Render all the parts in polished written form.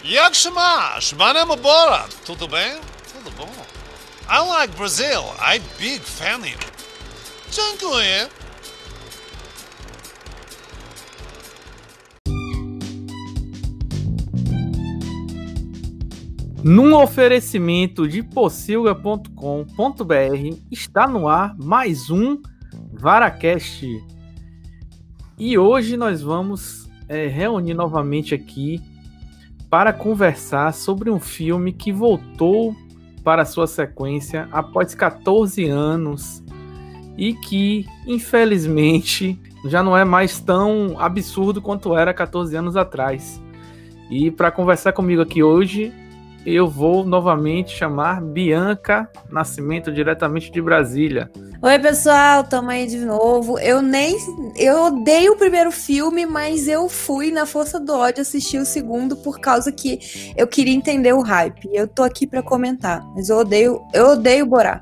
Yakshimash, my name is Borat. Tudo bem? Tudo bom. I like Brazil. I'm big fan of you. Dziękuję. Num oferecimento de pocilga.com.br, está no ar mais um Varacast. E hoje nós vamos reunir novamente aqui para conversar sobre um filme que voltou para sua sequência após 14 anos e que, infelizmente, já não é mais tão absurdo quanto era 14 anos atrás. E para conversar comigo aqui hoje, eu vou novamente chamar Bianca Nascimento, diretamente de Brasília. Oi, pessoal, tamo aí de novo. Eu odeio o primeiro filme, mas eu fui na força do ódio assistir o segundo por causa que eu queria entender o hype. Eu tô aqui pra comentar, mas eu odeio Borá.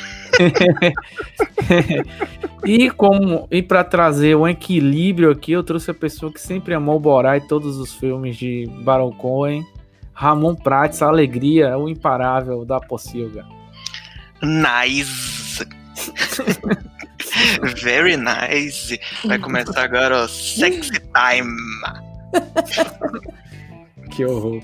E para trazer um equilíbrio aqui, eu trouxe a pessoa que sempre amou o Borá e todos os filmes de Baron Cohen, Ramon Prates, a alegria, o imparável da Pocilga. Nice! Very nice! Vai começar agora o Sexy Time! Que horror!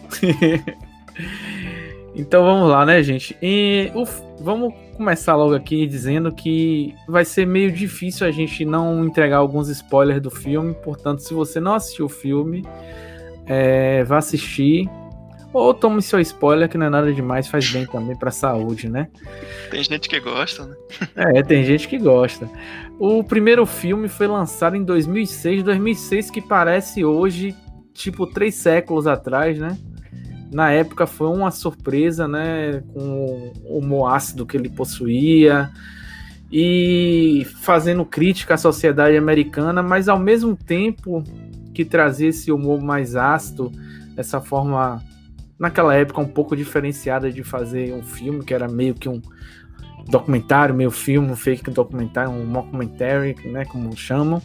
Então vamos lá, né, gente? Vamos começar logo aqui dizendo que vai ser meio difícil a gente não entregar alguns spoilers do filme, portanto, se você não assistiu o filme, vá assistir. Ou tome seu spoiler, que não é nada demais, faz bem também pra saúde, né? Tem gente que gosta, né? Tem gente que gosta. O primeiro filme foi lançado em 2006, que parece hoje, tipo, 3 séculos atrás, né? Na época foi uma surpresa, né? Com o humor ácido que ele possuía e fazendo crítica à sociedade americana, mas ao mesmo tempo que trazia esse humor mais ácido, essa forma, naquela época, um pouco diferenciada de fazer um filme, que era meio que um documentário, meio filme, um fake documentário, um mockumentary, né, como chamam.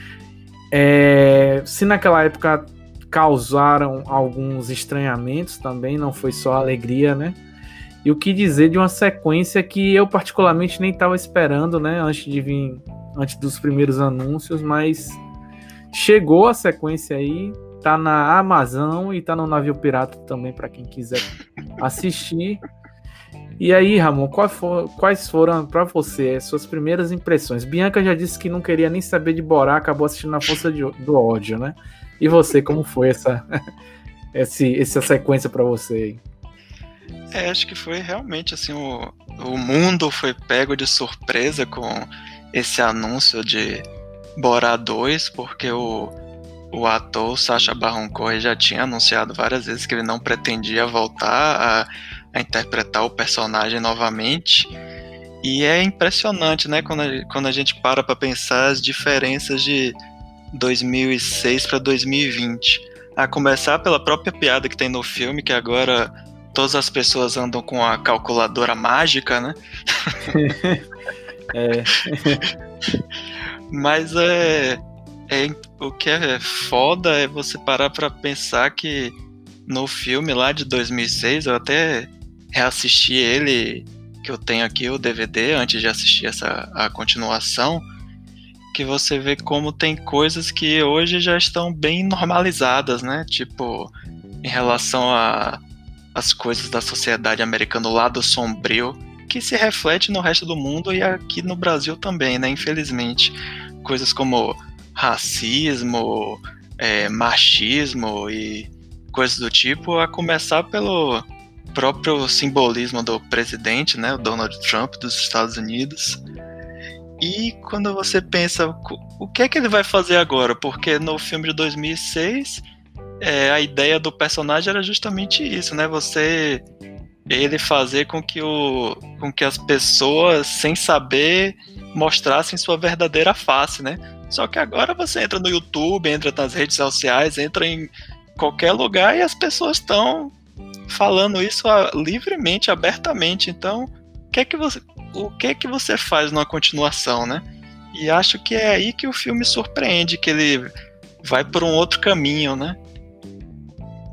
Se naquela época causaram alguns estranhamentos também, não foi só alegria, né? E o que dizer de uma sequência que eu particularmente nem estava esperando, né, antes dos primeiros anúncios, mas chegou a sequência aí. Tá na Amazon e tá no Navio Pirata também, para quem quiser assistir. E aí, Ramon, quais foram para você as suas primeiras impressões? Bianca já disse que não queria nem saber de Borá, acabou assistindo na força do ódio, né? E você, como foi essa sequência para você aí? Acho que foi realmente assim, o mundo foi pego de surpresa com esse anúncio de Borá 2, porque o ator Sacha Baron Cohen já tinha anunciado várias vezes que ele não pretendia voltar a interpretar o personagem novamente. E é impressionante, né, quando a gente para pensar as diferenças de 2006 para 2020. A começar pela própria piada que tem no filme, que agora todas as pessoas andam com a calculadora mágica, né? Mas o que é foda é você parar pra pensar que no filme lá de 2006, eu até reassisti ele, que eu tenho aqui o DVD, antes de assistir a continuação, que você vê como tem coisas que hoje já estão bem normalizadas, né? Tipo, em relação às coisas da sociedade americana, o lado sombrio, que se reflete no resto do mundo e aqui no Brasil também, né? Infelizmente. Coisas como racismo, machismo e coisas do tipo, a começar pelo próprio simbolismo do presidente, né, o Donald Trump dos Estados Unidos. E quando você pensa, o que é que ele vai fazer agora? Porque no filme de 2006, a ideia do personagem era justamente isso, né, ele fazer com que as pessoas, sem saber, mostrassem sua verdadeira face, né? Só que agora você entra no YouTube, entra nas redes sociais, entra em qualquer lugar e as pessoas estão falando isso livremente, abertamente. Então, o que é que você faz numa continuação, né? E acho que é aí que o filme surpreende, que ele vai por um outro caminho, né?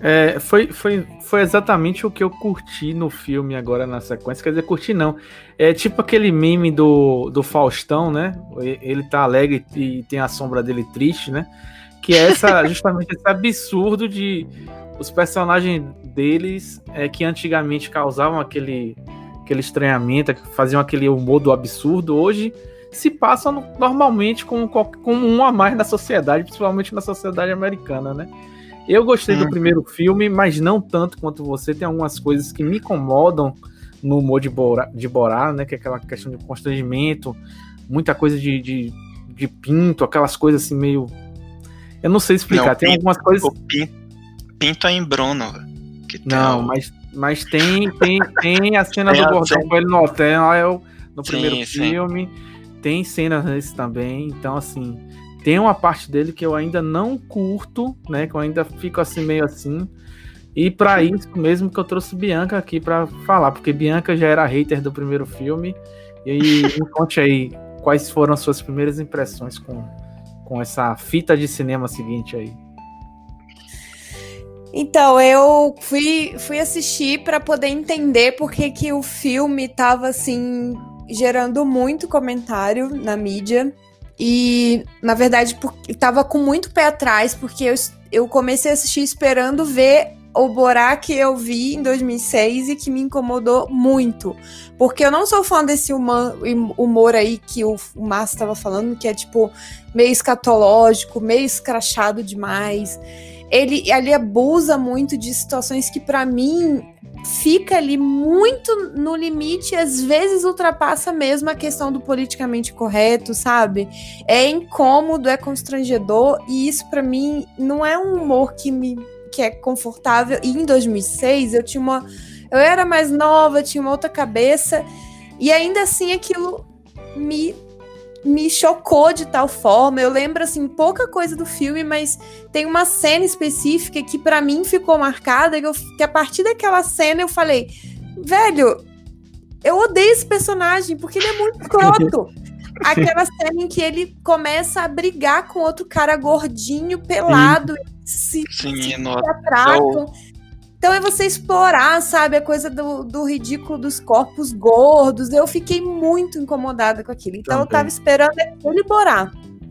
Foi exatamente o que eu curti no filme agora na sequência. Quer dizer, curti não. É tipo aquele meme do Faustão, né? Ele tá alegre e tem a sombra dele triste, né? Que é justamente esse absurdo de os personagens deles que antigamente causavam aquele estranhamento, que faziam aquele humor do absurdo, hoje se passam normalmente como um a mais na sociedade, principalmente na sociedade americana, né? Eu gostei do primeiro filme, mas não tanto quanto você. Tem algumas coisas que me incomodam no humor de Borá, né? Que é aquela questão de constrangimento, muita coisa de pinto, aquelas coisas assim meio... Eu não sei explicar. Não, tem algumas coisas... O pinto é em Bruno. Não, mas tem a cena do gordão com ele no hotel, no primeiro filme. Tem cenas nesse também. Então, assim... Tem uma parte dele que eu ainda não curto, né? Que eu ainda fico assim, meio assim. E pra isso mesmo que eu trouxe Bianca aqui pra falar, porque Bianca já era hater do primeiro filme. E aí, me conte aí quais foram as suas primeiras impressões com essa fita de cinema seguinte aí. Então, eu fui assistir pra poder entender por que o filme tava, assim, gerando muito comentário na mídia. E, na verdade, tava com muito pé atrás, porque eu comecei a assistir esperando ver o Borá que eu vi em 2006 e que me incomodou muito. Porque eu não sou fã desse humor aí que o Márcio estava falando, que é, tipo, meio escatológico, meio escrachado demais. Ele abusa muito de situações que, pra mim, fica ali muito no limite e às vezes ultrapassa mesmo a questão do politicamente correto, sabe? É incômodo, é constrangedor e isso pra mim não é um humor que é confortável. E em 2006 eu era mais nova, tinha uma outra cabeça e ainda assim aquilo me chocou de tal forma. Eu lembro, assim, pouca coisa do filme, mas tem uma cena específica que pra mim ficou marcada, que a partir daquela cena eu falei, velho, eu odeio esse personagem, porque ele é muito escroto. Aquela cena em que ele começa a brigar com outro cara gordinho, pelado, se atracam. Então é você explorar, sabe, a coisa do ridículo dos corpos gordos. Eu fiquei muito incomodada com aquilo. Então eu tava esperando ele Borá.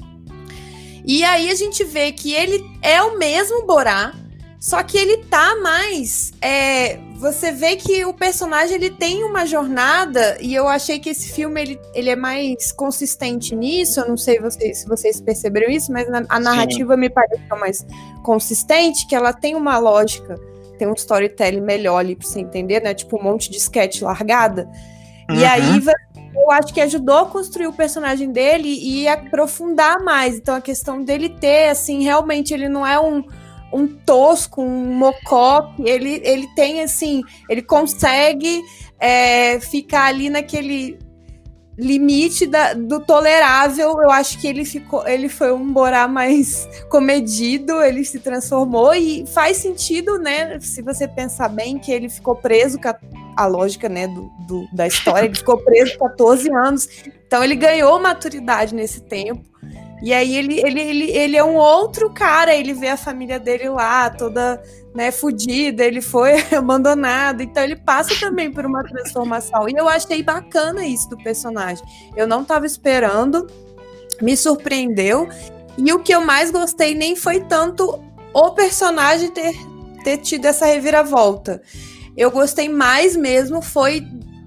E aí a gente vê que ele é o mesmo Borá, só que ele tá mais... você vê que o personagem ele tem uma jornada, e eu achei que esse filme ele é mais consistente nisso. Eu não sei se vocês perceberam isso, mas a narrativa me pareceu mais consistente, que ela tem uma lógica, tem um storytelling melhor ali pra você entender, né? Tipo um monte de sketch largada. E aí eu acho que ajudou a construir o personagem dele e aprofundar mais. Então a questão dele ter, assim, realmente ele não é um tosco, um mocó. Ele tem, assim, ele consegue ficar ali naquele limite do tolerável. Eu acho que ele foi um Borá mais comedido, ele se transformou e faz sentido, né, se você pensar bem, que ele ficou preso com a lógica, né, da história, ele ficou preso 14 anos, então ele ganhou maturidade nesse tempo, e aí ele é um outro cara, ele vê a família dele lá, toda, né, fudida, ele foi abandonado, então ele passa também por uma transformação, e eu achei bacana isso do personagem. Eu não tava esperando, me surpreendeu, e o que eu mais gostei nem foi tanto o personagem ter tido essa reviravolta. Eu gostei mais mesmo foi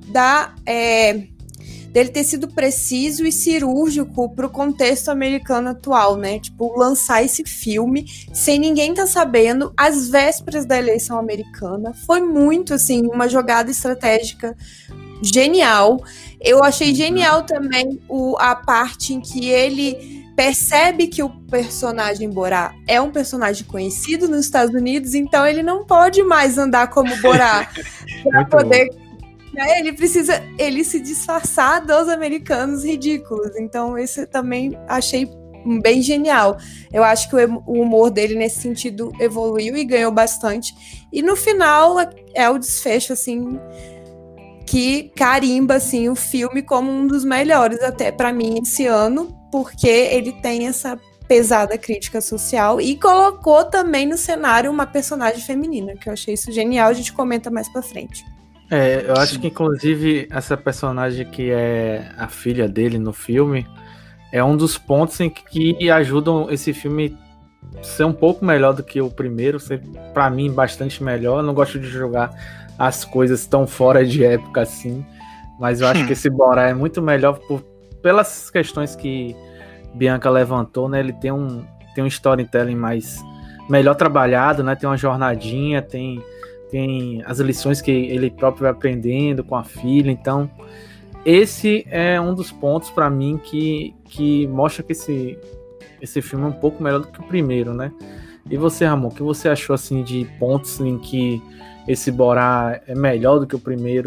dele ter sido preciso e cirúrgico pro contexto americano atual, né? Tipo, lançar esse filme sem ninguém tá sabendo, às vésperas da eleição americana. Foi muito, assim, uma jogada estratégica genial. Eu achei genial também a parte em que ele percebe que o personagem Borá é um personagem conhecido nos Estados Unidos, então ele não pode mais andar como Borá para poder... Ele se disfarçar dos americanos ridículos. Então, esse também achei bem genial. Eu acho que o humor dele, nesse sentido, evoluiu e ganhou bastante. E no final, é o desfecho, assim, que carimba, assim, o filme como um dos melhores, até pra mim, esse ano, porque ele tem essa pesada crítica social e colocou também no cenário uma personagem feminina, que eu achei isso genial, a gente comenta mais pra frente. Eu acho que inclusive essa personagem que é a filha dele no filme é um dos pontos em que ajudam esse filme ser um pouco melhor do que o primeiro, ser pra mim bastante melhor. Eu não gosto de jogar as coisas tão fora de época assim, mas eu acho que esse Borá é muito melhor pelas questões que Bianca levantou, né? Ele tem um storytelling melhor trabalhado, né? Tem uma jornadinha, tem as lições que ele próprio vai aprendendo com a filha. Então esse é um dos pontos para mim que mostra que esse filme é um pouco melhor do que o primeiro, né? E você, Ramon, o que você achou assim de pontos em que esse Borá é melhor do que o primeiro?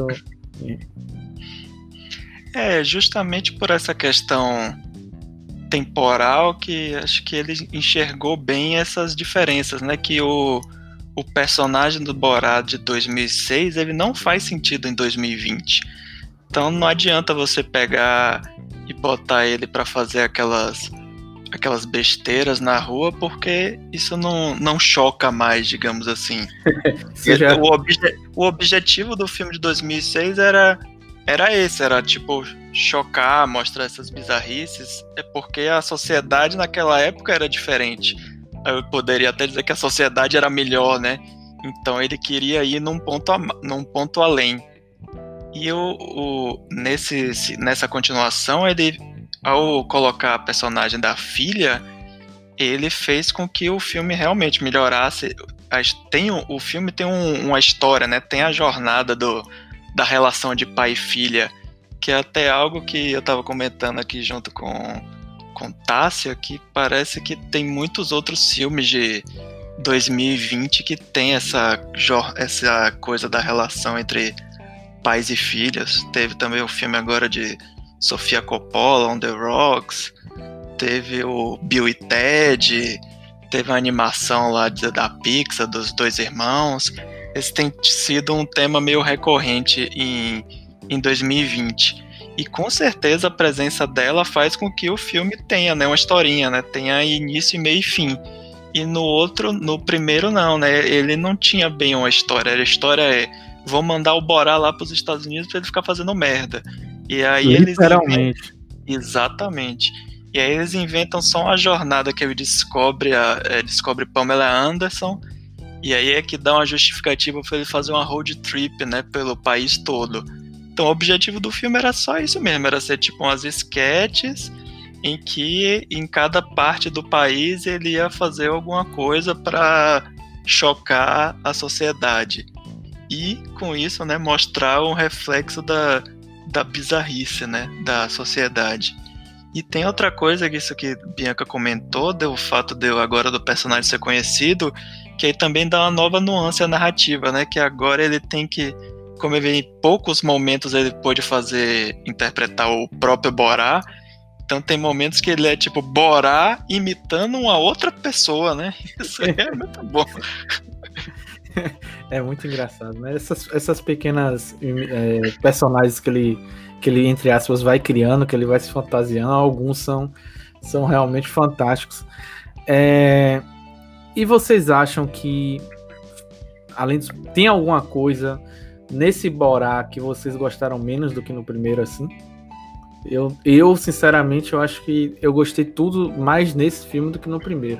Justamente por essa questão temporal que acho que ele enxergou bem essas diferenças, né? Que o personagem do Borá de 2006, ele não faz sentido em 2020. Então não adianta você pegar e botar ele para fazer aquelas besteiras na rua, porque isso não choca mais, digamos assim. O objetivo do filme de 2006 era esse, era tipo chocar, mostrar essas bizarrices, porque a sociedade naquela época era diferente. Eu poderia até dizer que a sociedade era melhor, né? Então ele queria ir num ponto além. E nessa continuação, ele, ao colocar a personagem da filha, ele fez com que o filme realmente melhorasse. O filme tem uma história, né? Tem a jornada da relação de pai e filha, que é até algo que eu estava comentando aqui junto com Tássia, que parece que tem muitos outros filmes de 2020 que tem essa coisa da relação entre pais e filhos. Teve também o filme agora de Sofia Coppola, On the Rocks, teve o Bill e Ted, teve a animação lá da Pixar, dos dois irmãos. Esse tem sido um tema meio recorrente em 2020. E com certeza a presença dela faz com que o filme tenha, né, uma historinha, né, tenha início, meio e fim. E no primeiro não, né, ele não tinha bem uma história. A história é, vou mandar o Borá lá para os Estados Unidos para ele ficar fazendo merda. E aí literalmente. Exatamente. E aí eles inventam só uma jornada que ele descobre Pamela Anderson, e aí é que dá uma justificativa para ele fazer uma road trip, né, pelo país todo. Então o objetivo do filme era só isso mesmo, era ser tipo umas sketches em que em cada parte do país ele ia fazer alguma coisa para chocar a sociedade. E com isso, né, mostrar um reflexo da bizarrice, né, da sociedade. E tem outra coisa, isso que Bianca comentou, do fato agora do personagem ser conhecido, que aí também dá uma nova nuance à narrativa, né, que agora ele tem que, como ele em poucos momentos ele pôde interpretar o próprio Borá, então tem momentos que ele é tipo Borá imitando uma outra pessoa, né, isso aí é muito bom. É muito engraçado, né? Essas pequenas personagens que ele, entre aspas, vai criando, que ele vai se fantasiando, alguns são realmente fantásticos. E vocês acham que, tem alguma coisa nesse Borá que vocês gostaram menos do que no primeiro, assim? Eu sinceramente, eu acho que eu gostei tudo mais nesse filme do que no primeiro.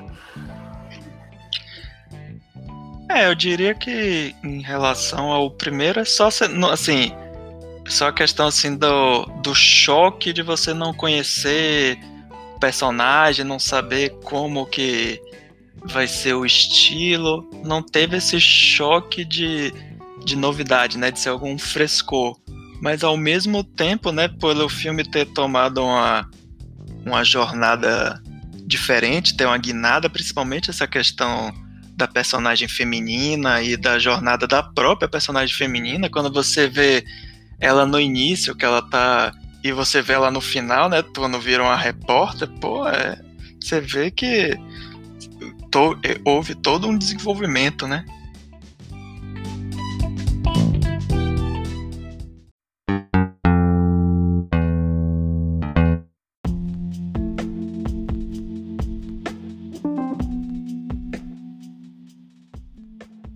Eu diria que em relação ao primeiro é só assim, só a questão assim do choque de você não conhecer o personagem, não saber como que vai ser o estilo, não teve esse choque de novidade, né, de ser algum frescor, mas ao mesmo tempo, né, pelo filme ter tomado uma jornada diferente, ter uma guinada, principalmente essa questão da personagem feminina e da jornada da própria personagem feminina, quando você vê ela no início, que ela tá, e você vê ela no final, né, quando vira uma repórter, você vê que houve todo um desenvolvimento, né.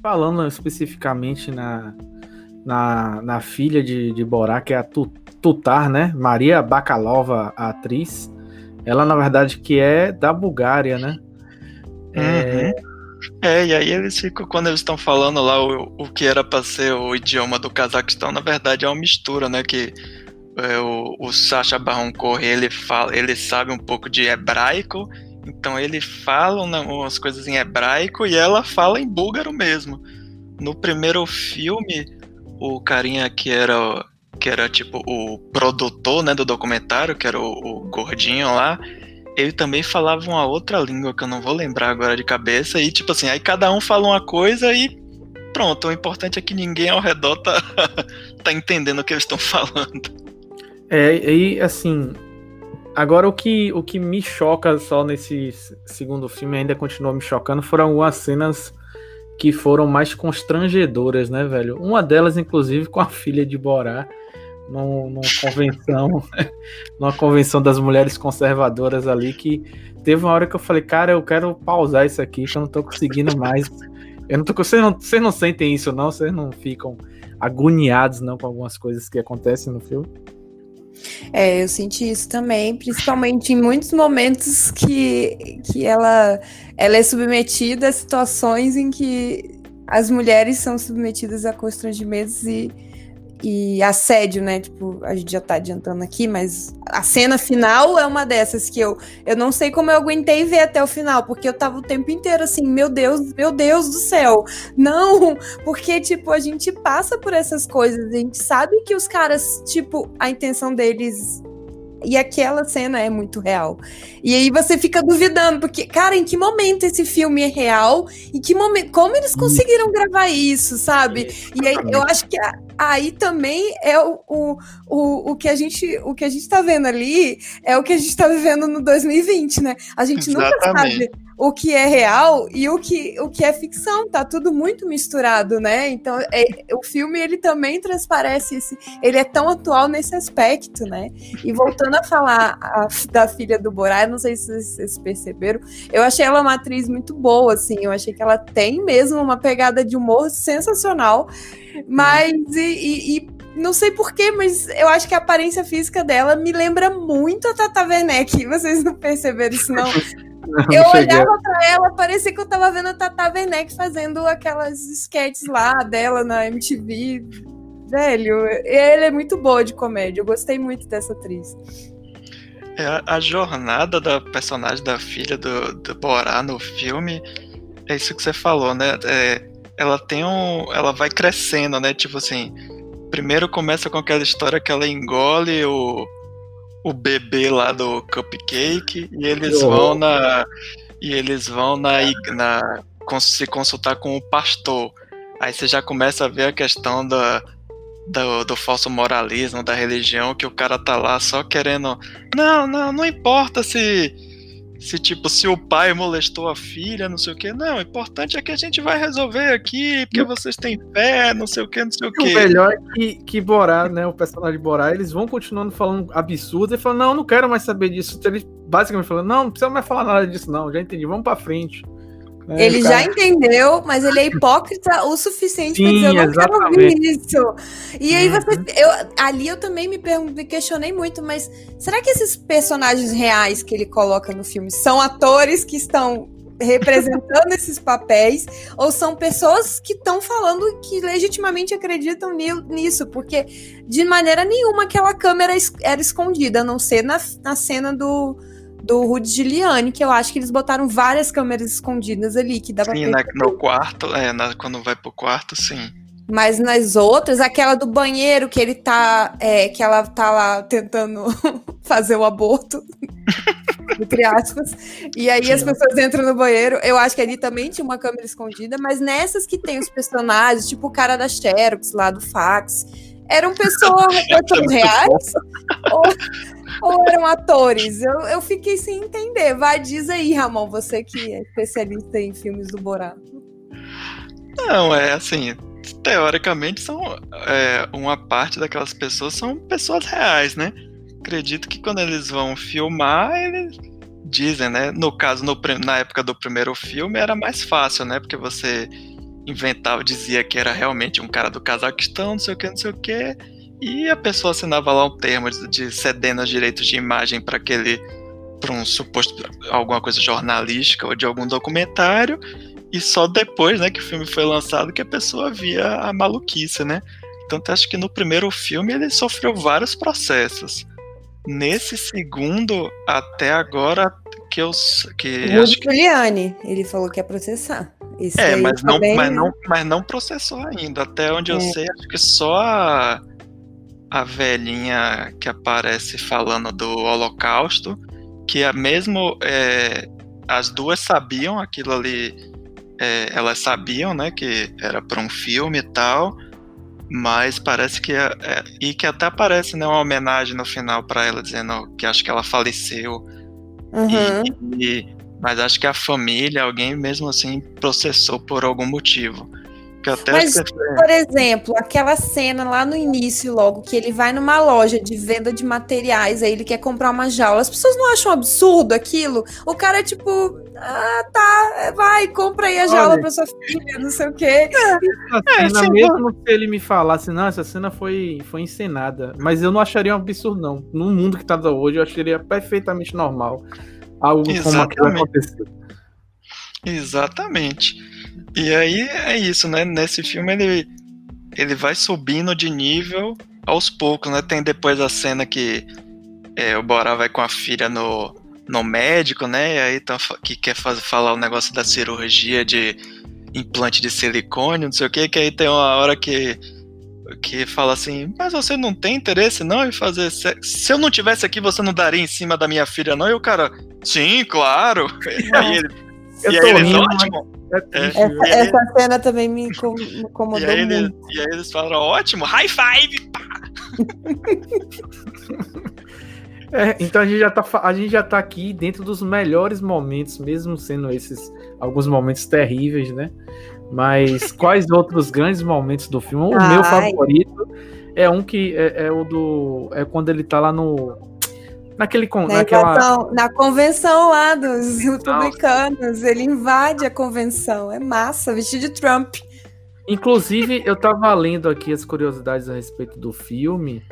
falando especificamente na filha de Borá, que é a Tutar, né? Maria Bakalova, a atriz. Ela, na verdade, que é da Bulgária, né? E aí eles ficam, quando eles estão falando lá o que era pra ser o idioma do Cazaquistão, na verdade é uma mistura, né? Que o Sacha Baron Cohen, ele sabe um pouco de hebraico, então ele fala umas coisas em hebraico e ela fala em búlgaro mesmo. No primeiro filme, o carinha que era tipo o produtor, né, do documentário, que era o gordinho lá, ele também falava uma outra língua que eu não vou lembrar agora de cabeça, e tipo assim, aí cada um fala uma coisa e pronto, o importante é que ninguém ao redor tá entendendo o que eles estão falando. E assim, agora o que me choca só nesse segundo filme, ainda continua me chocando, foram algumas cenas que foram mais constrangedoras, né, velho? Uma delas, inclusive, com a filha de Borá, numa convenção das mulheres conservadoras ali, que teve uma hora que eu falei, cara, eu quero pausar isso aqui, que eu não tô conseguindo mais. Vocês não sentem isso, não? Vocês não ficam agoniados, não, com algumas coisas que acontecem no filme? Eu senti isso também, principalmente em muitos momentos que ela é submetida a situações em que as mulheres são submetidas a constrangimentos e assédio, né? Tipo, a gente já tá adiantando aqui, mas a cena final é uma dessas que eu não sei como eu aguentei ver até o final, porque eu tava o tempo inteiro assim, meu Deus do céu, não, porque, tipo, a gente passa por essas coisas, a gente sabe que os caras, tipo, a intenção deles... E aquela cena é muito real. E aí você fica duvidando, porque, cara, em que momento esse filme é real? Em que momento? Como eles conseguiram gravar isso, sabe? E aí eu acho que aí também é o que a gente tá vendo ali, é o que a gente tá vivendo no 2020, né? A gente nunca sabe o que é real e o que é ficção, tá tudo muito misturado, né? Então, o filme, ele também transparece ele é tão atual nesse aspecto, né? E voltando a falar da filha do Borá, não sei se vocês perceberam, eu achei ela uma atriz muito boa, assim, eu achei que ela tem mesmo uma pegada de humor sensacional, mas não sei porquê, mas eu acho que a aparência física dela me lembra muito a Tata Werneck. Vocês não perceberam isso, não? Eu olhava pra ela, parecia que eu tava vendo a Tata Werneck fazendo aquelas sketches lá dela na MTV. Velho, ela é muito boa de comédia. Eu gostei muito dessa atriz. A jornada da personagem da filha do Borá no filme é isso que você falou, né? Ela vai crescendo, né? Tipo assim, primeiro começa com aquela história que ela engole o bebê lá do cupcake e eles vão se consultar com o pastor. Aí você já começa a ver a questão do falso moralismo da religião, que o cara tá lá só querendo não importa se o pai molestou a filha, não sei o que, não, o importante é que a gente vai resolver aqui, porque vocês têm fé, não sei o que. O melhor é que Borá, né, o personagem de Borá, eles vão continuando falando absurdos e falam, não quero mais saber disso. Eles basicamente falam, não precisa mais falar nada disso, não, já entendi, vamos pra frente. Ele já entendeu, mas ele é hipócrita o suficiente para dizer, eu não quero ouvir isso. E aí ali eu também me questionei muito, mas será que esses personagens reais que ele coloca no filme são atores que estão representando esses papéis, ou são pessoas que estão falando que legitimamente acreditam nisso? Porque de maneira nenhuma aquela câmera era escondida, a não ser na cena do Rudy Giuliani, que eu acho que eles botaram várias câmeras escondidas ali, que dava sim, no quarto, quando vai pro quarto, sim. Mas nas outras, aquela do banheiro, que ele tá, que ela tá lá tentando fazer o aborto, entre aspas, e aí sim, as pessoas entram no banheiro, eu acho que ali também tinha uma câmera escondida, mas nessas que tem os personagens, tipo o cara da Xerox lá do fax, eram pessoas reais? Ou eram atores? Eu fiquei sem entender. Diz aí, Ramon, você que é especialista em filmes do Borá. Não, assim, teoricamente uma parte daquelas pessoas são pessoas reais, né? Acredito que quando eles vão filmar, eles dizem, né? No caso, na época do primeiro filme, era mais fácil, né? Porque você inventava, dizia que era realmente um cara do Cazaquistão, não sei o que, não sei o que, e a pessoa assinava lá um termo de cedendo os direitos de imagem para um suposto, alguma coisa jornalística ou de algum documentário, e só depois, né, que o filme foi lançado que a pessoa via a maluquice, né? Então eu acho que no primeiro filme ele sofreu vários processos. Nesse segundo, até agora, que O acho Rudy que Giuliani, ele falou que ia processar. Esse daí mas não processou ainda. Até onde eu sei, acho que só a velhinha que aparece falando do Holocausto, que mesmo as duas sabiam aquilo ali, elas sabiam, né, que era para um filme e tal, mas parece que e que até aparece, né, uma homenagem no final para ela dizendo que acho que ela faleceu. Uhum. Mas acho que a família, alguém mesmo assim processou por algum motivo. Que eu até Mas, por exemplo, aquela cena lá no início, logo, que ele vai numa loja de venda de materiais, aí ele quer comprar uma jaula. As pessoas não acham absurdo aquilo? O cara é tipo, tá, vai, compra aí a jaula pra sua filha, não sei o quê. Cena, mesmo se ele me falasse, não, essa cena foi encenada, mas eu não acharia um absurdo, não. No mundo que tá hoje, eu acharia perfeitamente normal algo como aquilo aconteceu. Exatamente. E aí é isso, né? Nesse filme ele vai subindo de nível aos poucos, né? Tem depois a cena que o Borá vai com a filha no médico, né? E aí que quer falar o negócio da cirurgia de implante de silicone, não sei o que aí tem uma hora que fala assim, mas você não tem interesse não em fazer sexo? Se eu não tivesse aqui, você não daria em cima da minha filha não? E o cara, sim, claro. Aí eles, ótimo. Essa cena também me incomodou muito. E aí eles falam, ótimo, high five! Então a gente já tá aqui dentro dos melhores momentos, mesmo sendo esses alguns momentos terríveis, né? Mas quais outros grandes momentos do filme? O meu favorito é um que é quando ele tá lá na convenção lá dos republicanos. Ele invade a convenção. É massa, vestido de Trump. Inclusive, eu tava lendo aqui as curiosidades a respeito do filme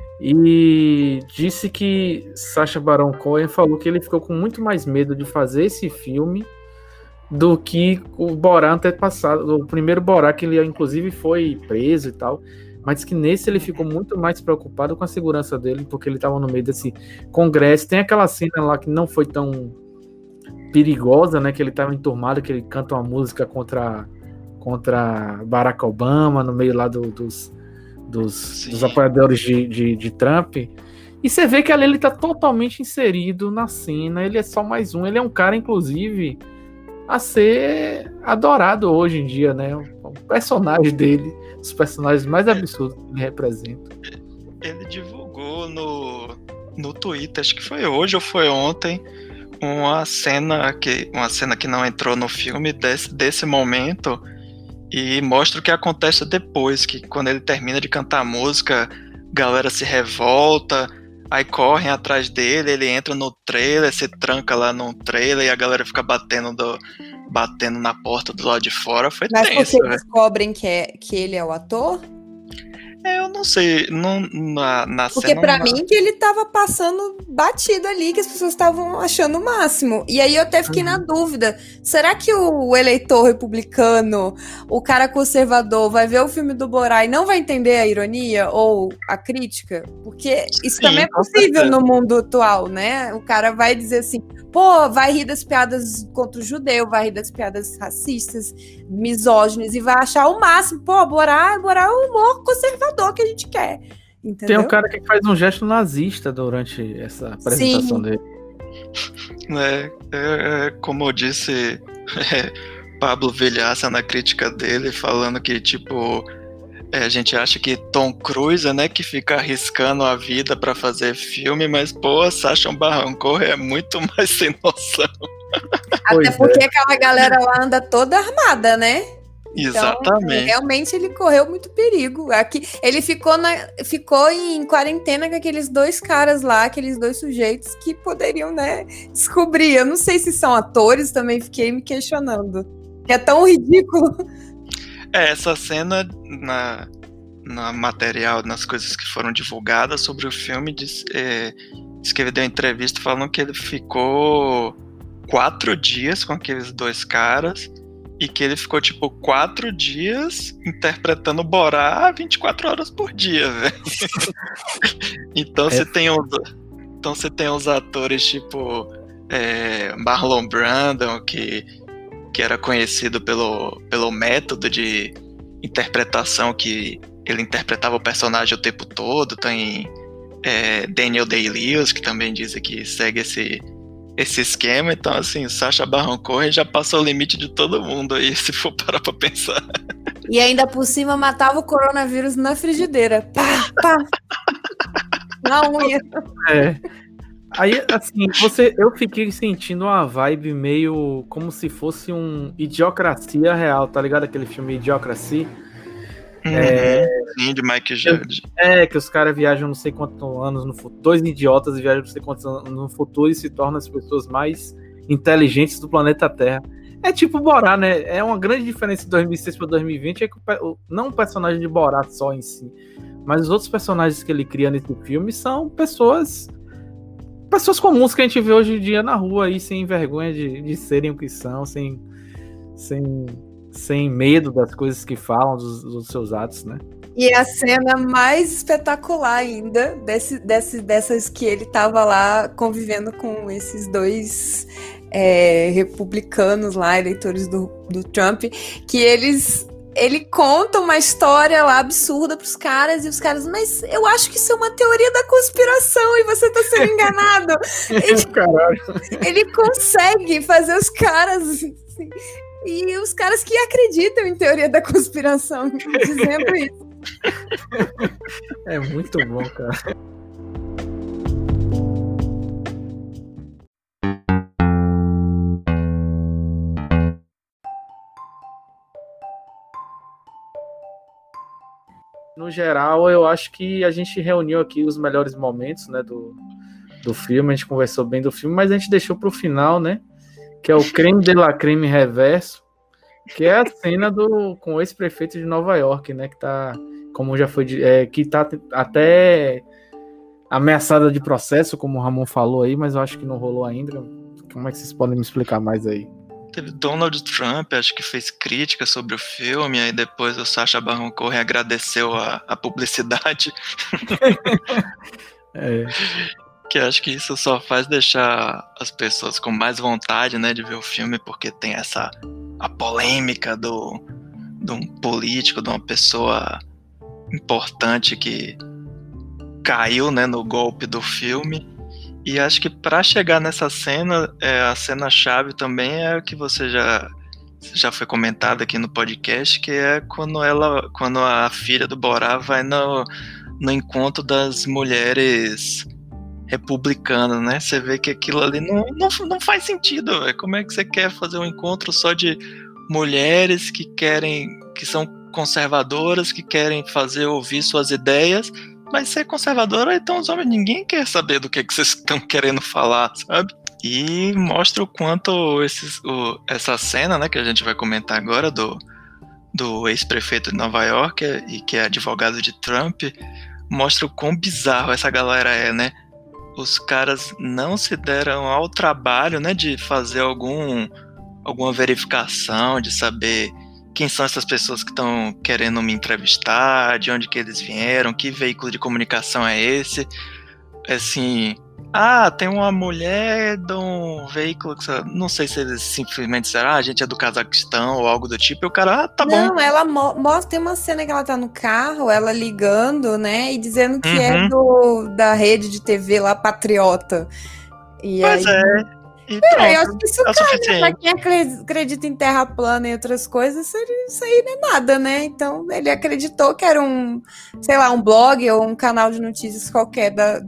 e disse que Sacha Baron Cohen falou que ele ficou com muito mais medo de fazer esse filme do que o Borá antepassado, o primeiro Borá, que ele inclusive foi preso e tal, mas que nesse ele ficou muito mais preocupado com a segurança dele, porque ele estava no meio desse congresso. Tem aquela cena lá que não foi tão perigosa, né, que ele estava enturmado, que ele canta uma música contra Barack Obama, no meio lá dos apoiadores de Trump, e você vê que ali ele está totalmente inserido na cena, ele é só mais um, ele é um cara, inclusive, a ser adorado hoje em dia, né? O personagem dele, os personagens mais absurdos que ele representa. Ele divulgou no Twitter, acho que foi hoje ou foi ontem, uma cena que não entrou no filme desse momento, e mostra o que acontece depois, que quando ele termina de cantar a música, a galera se revolta, aí correm atrás dele, ele entra no trailer, se tranca lá no trailer e a galera fica batendo na porta do lado de fora. Foi Mas tenso, porque descobrem que ele é o ator? Eu não sei, na porque cena... Porque pra mim que ele tava passando batido ali, que as pessoas estavam achando o máximo. E aí eu até fiquei na dúvida, será que o eleitor republicano, o cara conservador, vai ver o filme do Borá e não vai entender a ironia ou a crítica? Porque isso também é possível no mundo atual, né? O cara vai dizer assim, pô, vai rir das piadas contra o judeu, vai rir das piadas racistas, misóginas, e vai achar o máximo. Pô, Borá é o humor conservador que a gente quer. Entendeu? Tem um cara que faz um gesto nazista durante essa apresentação dele. Como eu disse, Pablo Vilhaça na crítica dele, falando que, tipo, a gente acha que Tom Cruise, né, que fica arriscando a vida pra fazer filme, mas, pô, Sacha Baron Cohen é muito mais sem noção. Até porque aquela galera lá anda toda armada, né? Exatamente. Então, realmente ele correu muito perigo. Aqui, ele ficou em quarentena com aqueles dois caras lá, aqueles dois sujeitos que poderiam, né, descobrir. Eu não sei se são atores, também fiquei me questionando. Que é tão ridículo. Essa cena na material, nas coisas que foram divulgadas sobre o filme, diz que ele deu entrevista falando que ele ficou 4 dias com aqueles 2 caras e que ele ficou, tipo, 4 dias interpretando Borá 24 horas por dia, velho. Então você tem os atores, tipo, Marlon Brando, que era conhecido pelo método de interpretação que ele interpretava o personagem o tempo todo. Tem Daniel Day-Lewis, que também dizem que segue esse esquema. Então, assim, Sacha Baron Cohen já passou o limite de todo mundo aí, se for parar pra pensar. E ainda por cima matava o coronavírus na frigideira. Pá, pá. Na unha. Aí, assim, eu fiquei sentindo uma vibe meio como se fosse um Idiocracia real, tá ligado? Aquele filme Idiocracy. Sim, de Mike Judge. Que os caras viajam não sei quantos anos no futuro. 2 idiotas viajam não sei quantos anos no futuro e se tornam as pessoas mais inteligentes do planeta Terra. É tipo Borá, né? É uma grande diferença de 2006 para 2020 é que não o personagem de Borá só em si, mas os outros personagens que ele cria nesse filme são pessoas comuns que a gente vê hoje em dia na rua aí, sem vergonha de serem o que são, sem medo das coisas que falam, dos seus atos, né? E a cena mais espetacular ainda, dessas que ele tava lá convivendo com esses 2 republicanos lá, eleitores do Trump, que ele conta uma história lá absurda pros caras, e os caras, mas eu acho que isso é uma teoria da conspiração e você tá sendo enganado. Ele consegue fazer os caras assim, e os caras que acreditam em teoria da conspiração dizendo isso. É muito bom, cara. No geral, eu acho que a gente reuniu aqui os melhores momentos, né, do filme. A gente conversou bem do filme, mas a gente deixou pro final, né, que é o creme de la creme reverso, que é a cena com o ex-prefeito de Nova York, né, que tá, como já foi, que tá até ameaçada de processo, como o Ramon falou aí, mas eu acho que não rolou ainda. Como é que vocês podem me explicar mais aí? Teve Donald Trump, acho que fez crítica sobre o filme, aí depois o Sacha Baron Cohen agradeceu a publicidade. Que acho que isso só faz deixar as pessoas com mais vontade, né, de ver o filme, porque tem a polêmica de um político, de uma pessoa importante que caiu, né, no golpe do filme. E acho que para chegar nessa cena, a cena-chave também é o que você já foi comentado aqui no podcast, que é quando a filha do Borá vai no encontro das mulheres republicanas, né? Você vê que aquilo ali não faz sentido, véio. Como é que você quer fazer um encontro só de mulheres que são conservadoras, que querem ouvir suas ideias? Mas ser conservadora, então os homens, ninguém quer saber do que vocês estão querendo falar, sabe? E mostra o quanto essa cena, né, que a gente vai comentar agora, do ex-prefeito de Nova York, e que é advogado de Trump, mostra o quão bizarro essa galera é, né? Os caras não se deram ao trabalho, né, de fazer alguma verificação, de saber quem são essas pessoas que estão querendo me entrevistar, de onde que eles vieram, que veículo de comunicação é esse. Assim, tem uma mulher de um veículo que não sei se eles simplesmente disseram, a gente é do Cazaquistão ou algo do tipo, e o cara, tá bom. Não, ela mostra, tem uma cena que ela tá no carro, ela ligando, né, e dizendo que é da rede de TV lá, Patriota. E pois aí... Então, eu acho que isso pra quem acredita em terra plana e outras coisas, isso aí não é nada, né? Então ele acreditou que era um blog ou um canal de notícias qualquer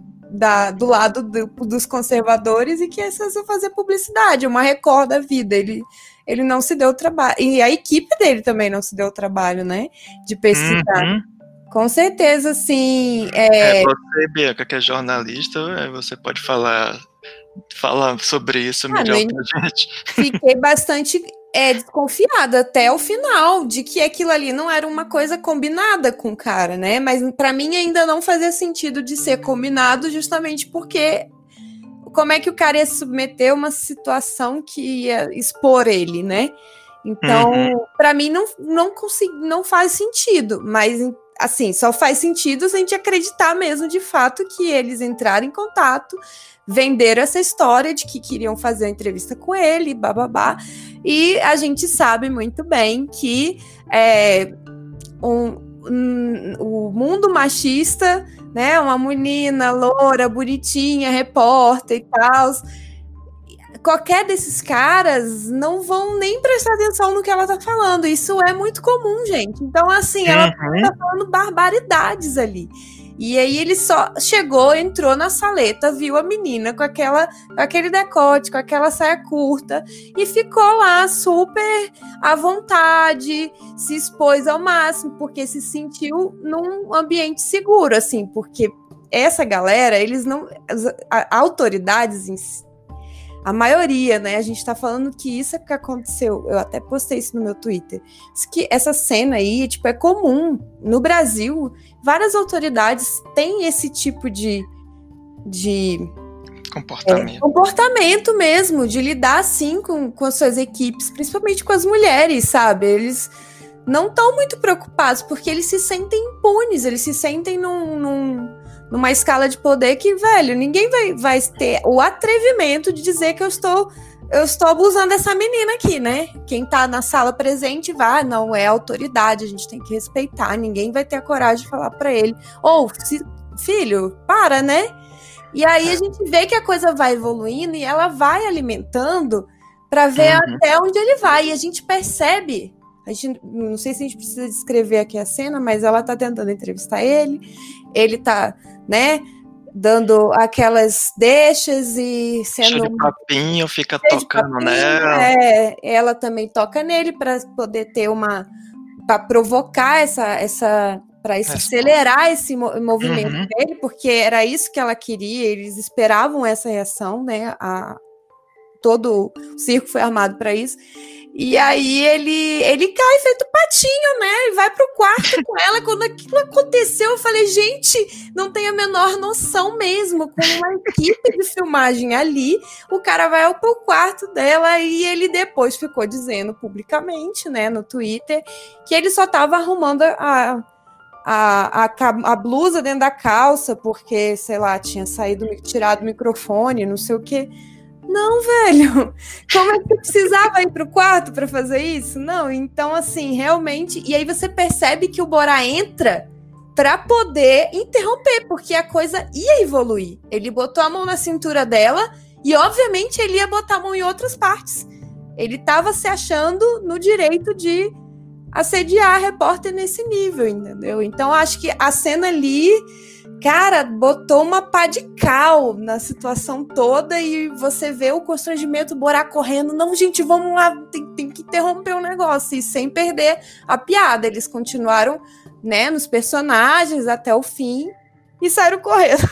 do lado dos conservadores e que ia fazer publicidade, uma Record da vida. Ele não se deu o trabalho. E a equipe dele também não se deu o trabalho, né? De pesquisar. Com certeza, sim. Você, Bianca, que é jornalista, você pode falar sobre isso melhor pra gente. Fiquei bastante desconfiada até o final de que aquilo ali não era uma coisa combinada com o cara, né? Mas pra mim ainda não fazia sentido de ser combinado, justamente porque como é que o cara ia submeter uma situação que ia expor ele, né? Então, pra mim não faz sentido, mas assim, só faz sentido se a gente acreditar mesmo de fato que eles entraram em contato, venderam essa história de que queriam fazer a entrevista com ele, bababá. E a gente sabe muito bem que o mundo machista, né, uma menina loura, bonitinha, repórter e tal, qualquer desses caras não vão nem prestar atenção no que ela tá falando. Isso é muito comum, gente. Então, assim, ela tá falando barbaridades ali. E aí ele só chegou, entrou na saleta, viu a menina com aquele decote, com aquela saia curta e ficou lá super à vontade, se expôs ao máximo, porque se sentiu num ambiente seguro, assim, porque essa galera, eles não... As autoridades em si, a maioria, né? A gente tá falando que isso é o que aconteceu. Eu até postei isso no meu Twitter. Que essa cena aí, tipo, é comum. No Brasil, várias autoridades têm esse tipo de comportamento mesmo, de lidar assim com as suas equipes, principalmente com as mulheres, sabe? Eles não estão muito preocupados, porque eles se sentem impunes, eles se sentem numa escala de poder que, velho, ninguém vai ter o atrevimento de dizer que eu estou abusando dessa menina aqui, né? Quem tá na sala presente vai, não é autoridade, a gente tem que respeitar, ninguém vai ter a coragem de falar pra ele, filho, para, né? E aí a gente vê que a coisa vai evoluindo e ela vai alimentando pra ver até onde ele vai, e a gente percebe. Não sei se a gente precisa descrever aqui a cena, mas ela tá tentando entrevistar ele tá, né, dando aquelas deixas e sendo... Cheio de papinho, fica tocando nela. Ela também toca nele para poder ter para provocar para acelerar esse movimento dele, porque era isso que ela queria, eles esperavam essa reação, né, todo o circo foi armado para isso. E aí ele cai feito patinho, né? E vai pro quarto com ela. Quando aquilo aconteceu, eu falei, gente, não tem a menor noção mesmo. Com uma equipe de filmagem ali, o cara vai pro quarto dela e ele depois ficou dizendo publicamente, né, no Twitter, que ele só tava arrumando a blusa dentro da calça, porque, sei lá, tinha tirado o microfone, não sei o quê. Não, velho, como é que precisava ir pro quarto para fazer isso? Não, então assim, realmente, e aí você percebe que o Borá entra para poder interromper, porque a coisa ia evoluir. Ele botou a mão na cintura dela e obviamente ele ia botar a mão em outras partes. Ele estava se achando no direito de assediar a repórter nesse nível, entendeu? Então acho que a cena ali, cara, botou uma pá de cal na situação toda e você vê o constrangimento, o Borá correndo. Não, gente, vamos lá, tem que interromper o negócio. E sem perder a piada. Eles continuaram, né, nos personagens até o fim e saíram correndo.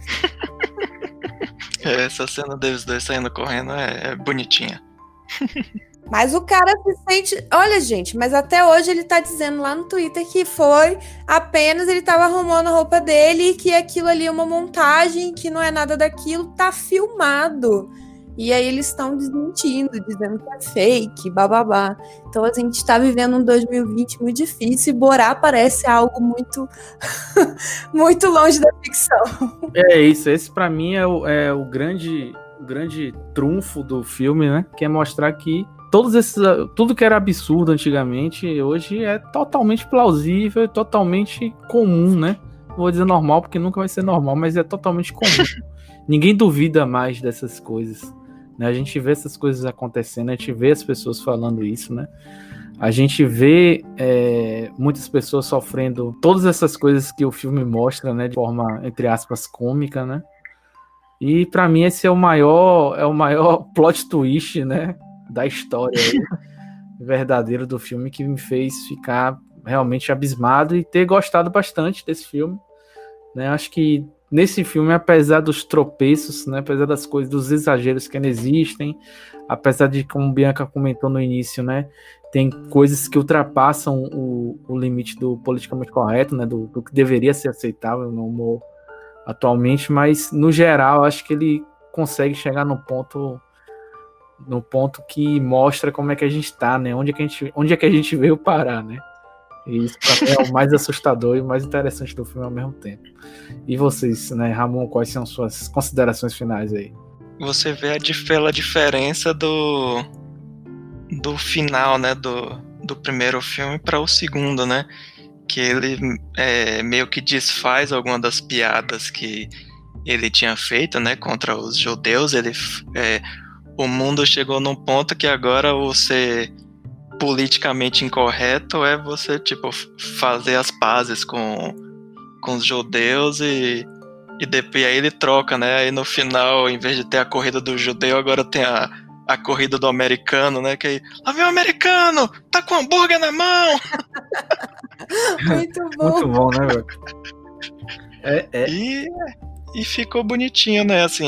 Essa cena deles dois saindo correndo é bonitinha. Mas o cara se sente... Olha, gente, mas até hoje ele tá dizendo lá no Twitter que foi apenas ele tava arrumando a roupa dele e que aquilo ali é uma montagem, que não é nada daquilo, tá filmado. E aí eles estão desmentindo, dizendo que é fake, bababá. Então a gente tá vivendo um 2020 muito difícil e Borá parece algo muito, muito longe da ficção. É isso, esse pra mim é o grande trunfo do filme, né? Que é mostrar que tudo que era absurdo antigamente, hoje é totalmente plausível, totalmente comum, né? Não vou dizer normal, porque nunca vai ser normal, mas é totalmente comum. Ninguém duvida mais dessas coisas, né? A gente vê essas coisas acontecendo, a gente vê as pessoas falando isso, né? A gente vê muitas pessoas sofrendo todas essas coisas que o filme mostra, né? De forma, entre aspas, cômica, né? E pra mim esse é o maior plot twist, né? Da história verdadeira do filme, que me fez ficar realmente abismado e ter gostado bastante desse filme, né? Acho que nesse filme, apesar dos tropeços, né, apesar das coisas, dos exageros que ainda existem, apesar de, como Bianca comentou no início, né, tem coisas que ultrapassam o limite do politicamente correto, né, do que deveria ser aceitável no humor atualmente, mas no geral acho que ele consegue chegar no ponto que mostra como é que a gente tá, né, onde é que a gente veio parar, né. E isso pra mim é o mais assustador e o mais interessante do filme ao mesmo tempo. E vocês, né, Ramon, quais são suas considerações finais aí? Você vê a diferença do final, né, do primeiro filme para o segundo, né, que ele meio que desfaz algumas das piadas que ele tinha feito, né, contra os judeus. O mundo chegou num ponto que agora você politicamente incorreto é você, tipo, fazer as pazes com os judeus e aí ele troca, né? Aí no final, em vez de ter a corrida do judeu, agora tem a corrida do americano, né? Que aí, lá vem o americano, tá com hambúrguer na mão! Muito bom. Muito bom, né, velho? E ficou bonitinho, né? Assim,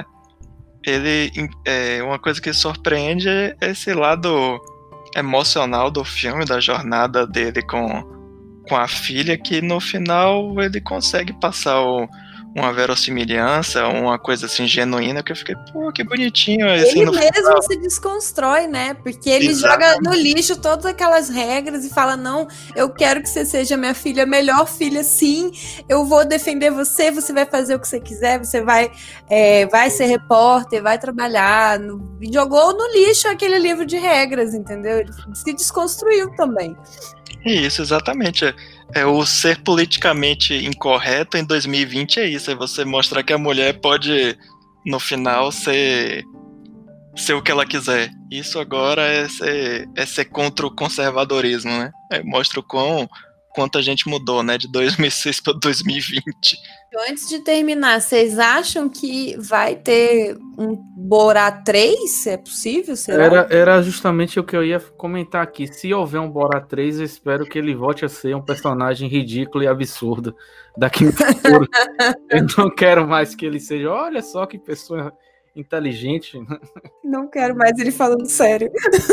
uma coisa que surpreende é esse lado emocional do filme, da jornada dele com a filha, que no final ele consegue passar uma verossimilhança, uma coisa assim genuína, que eu fiquei, pô, que bonitinho. Assim, ele mesmo se desconstrói, né? Porque ele joga no lixo todas aquelas regras e fala, não, eu quero que você seja minha filha, melhor filha, sim, eu vou defender você, você vai fazer o que você quiser, você vai ser repórter, vai trabalhar. Jogou no lixo aquele livro de regras, entendeu? Ele se desconstruiu também. Isso, exatamente. O ser politicamente incorreto em 2020 é isso, é você mostrar que a mulher pode, no final, ser o que ela quiser. Isso agora é ser contra o conservadorismo, né? Mostra o quanto a gente mudou, né? De 2006 para 2020. Antes de terminar, vocês acham que vai ter um Borat 3? É possível? Será? Era justamente o que eu ia comentar aqui. Se houver um Borat 3, eu espero que ele volte a ser um personagem ridículo e absurdo daqui no futuro. Eu não quero mais que ele seja, olha só que pessoa inteligente. Não quero mais ele falando sério.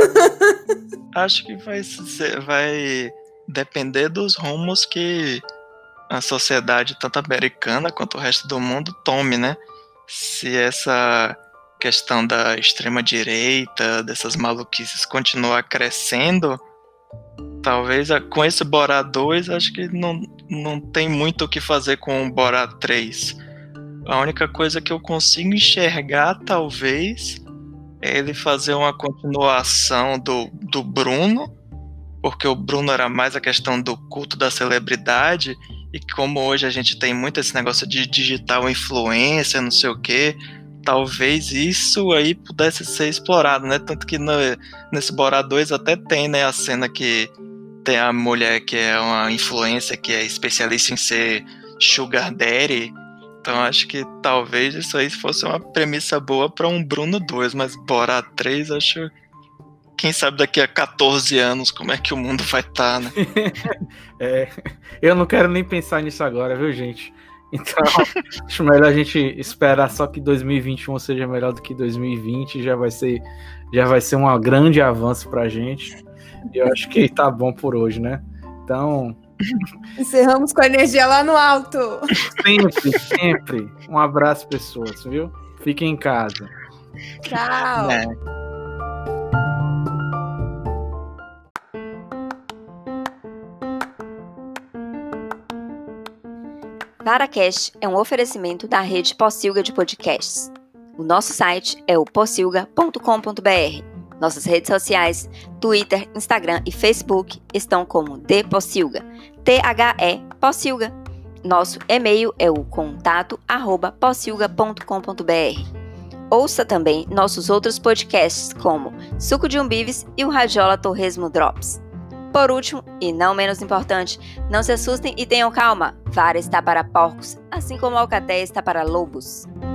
Acho que vai depender dos rumos que a sociedade, tanto americana quanto o resto do mundo, tome, né? Se essa questão da extrema-direita, dessas maluquices, continuar crescendo, talvez com esse Borat 2, acho que não tem muito o que fazer com o Borat 3. A única coisa que eu consigo enxergar, talvez, é ele fazer uma continuação do Bruno, porque o Bruno era mais a questão do culto da celebridade, e como hoje a gente tem muito esse negócio de digital influência, não sei o quê, talvez isso aí pudesse ser explorado, né? Tanto que nesse Borat 2 até tem, né, a cena que tem a mulher que é uma influência, que é especialista em ser sugar daddy. Então acho que talvez isso aí fosse uma premissa boa para um Bruno 2, mas Borat 3, acho... Quem sabe daqui a 14 anos como é que o mundo vai estar, né? Eu não quero nem pensar nisso agora, viu, gente? Então, acho melhor a gente esperar só que 2021 seja melhor do que 2020. Já vai ser um grande avanço pra gente. E eu acho que tá bom por hoje, né? Então... Encerramos com a energia lá no alto. Sempre. Um abraço, pessoas, viu? Fiquem em casa. Tchau. Paracast é um oferecimento da rede Pocilga de podcasts. O nosso site é o pocilga.com.br. Nossas redes sociais, Twitter, Instagram e Facebook estão como The Pocilga, THE Pocilga. Nosso e-mail é o contato@pocilga.com.br. Ouça também nossos outros podcasts como Suco de Umbives e o Radiola Torresmo Drops. Por último, e não menos importante, não se assustem e tenham calma. Vara está para porcos, assim como a alcateia está para lobos.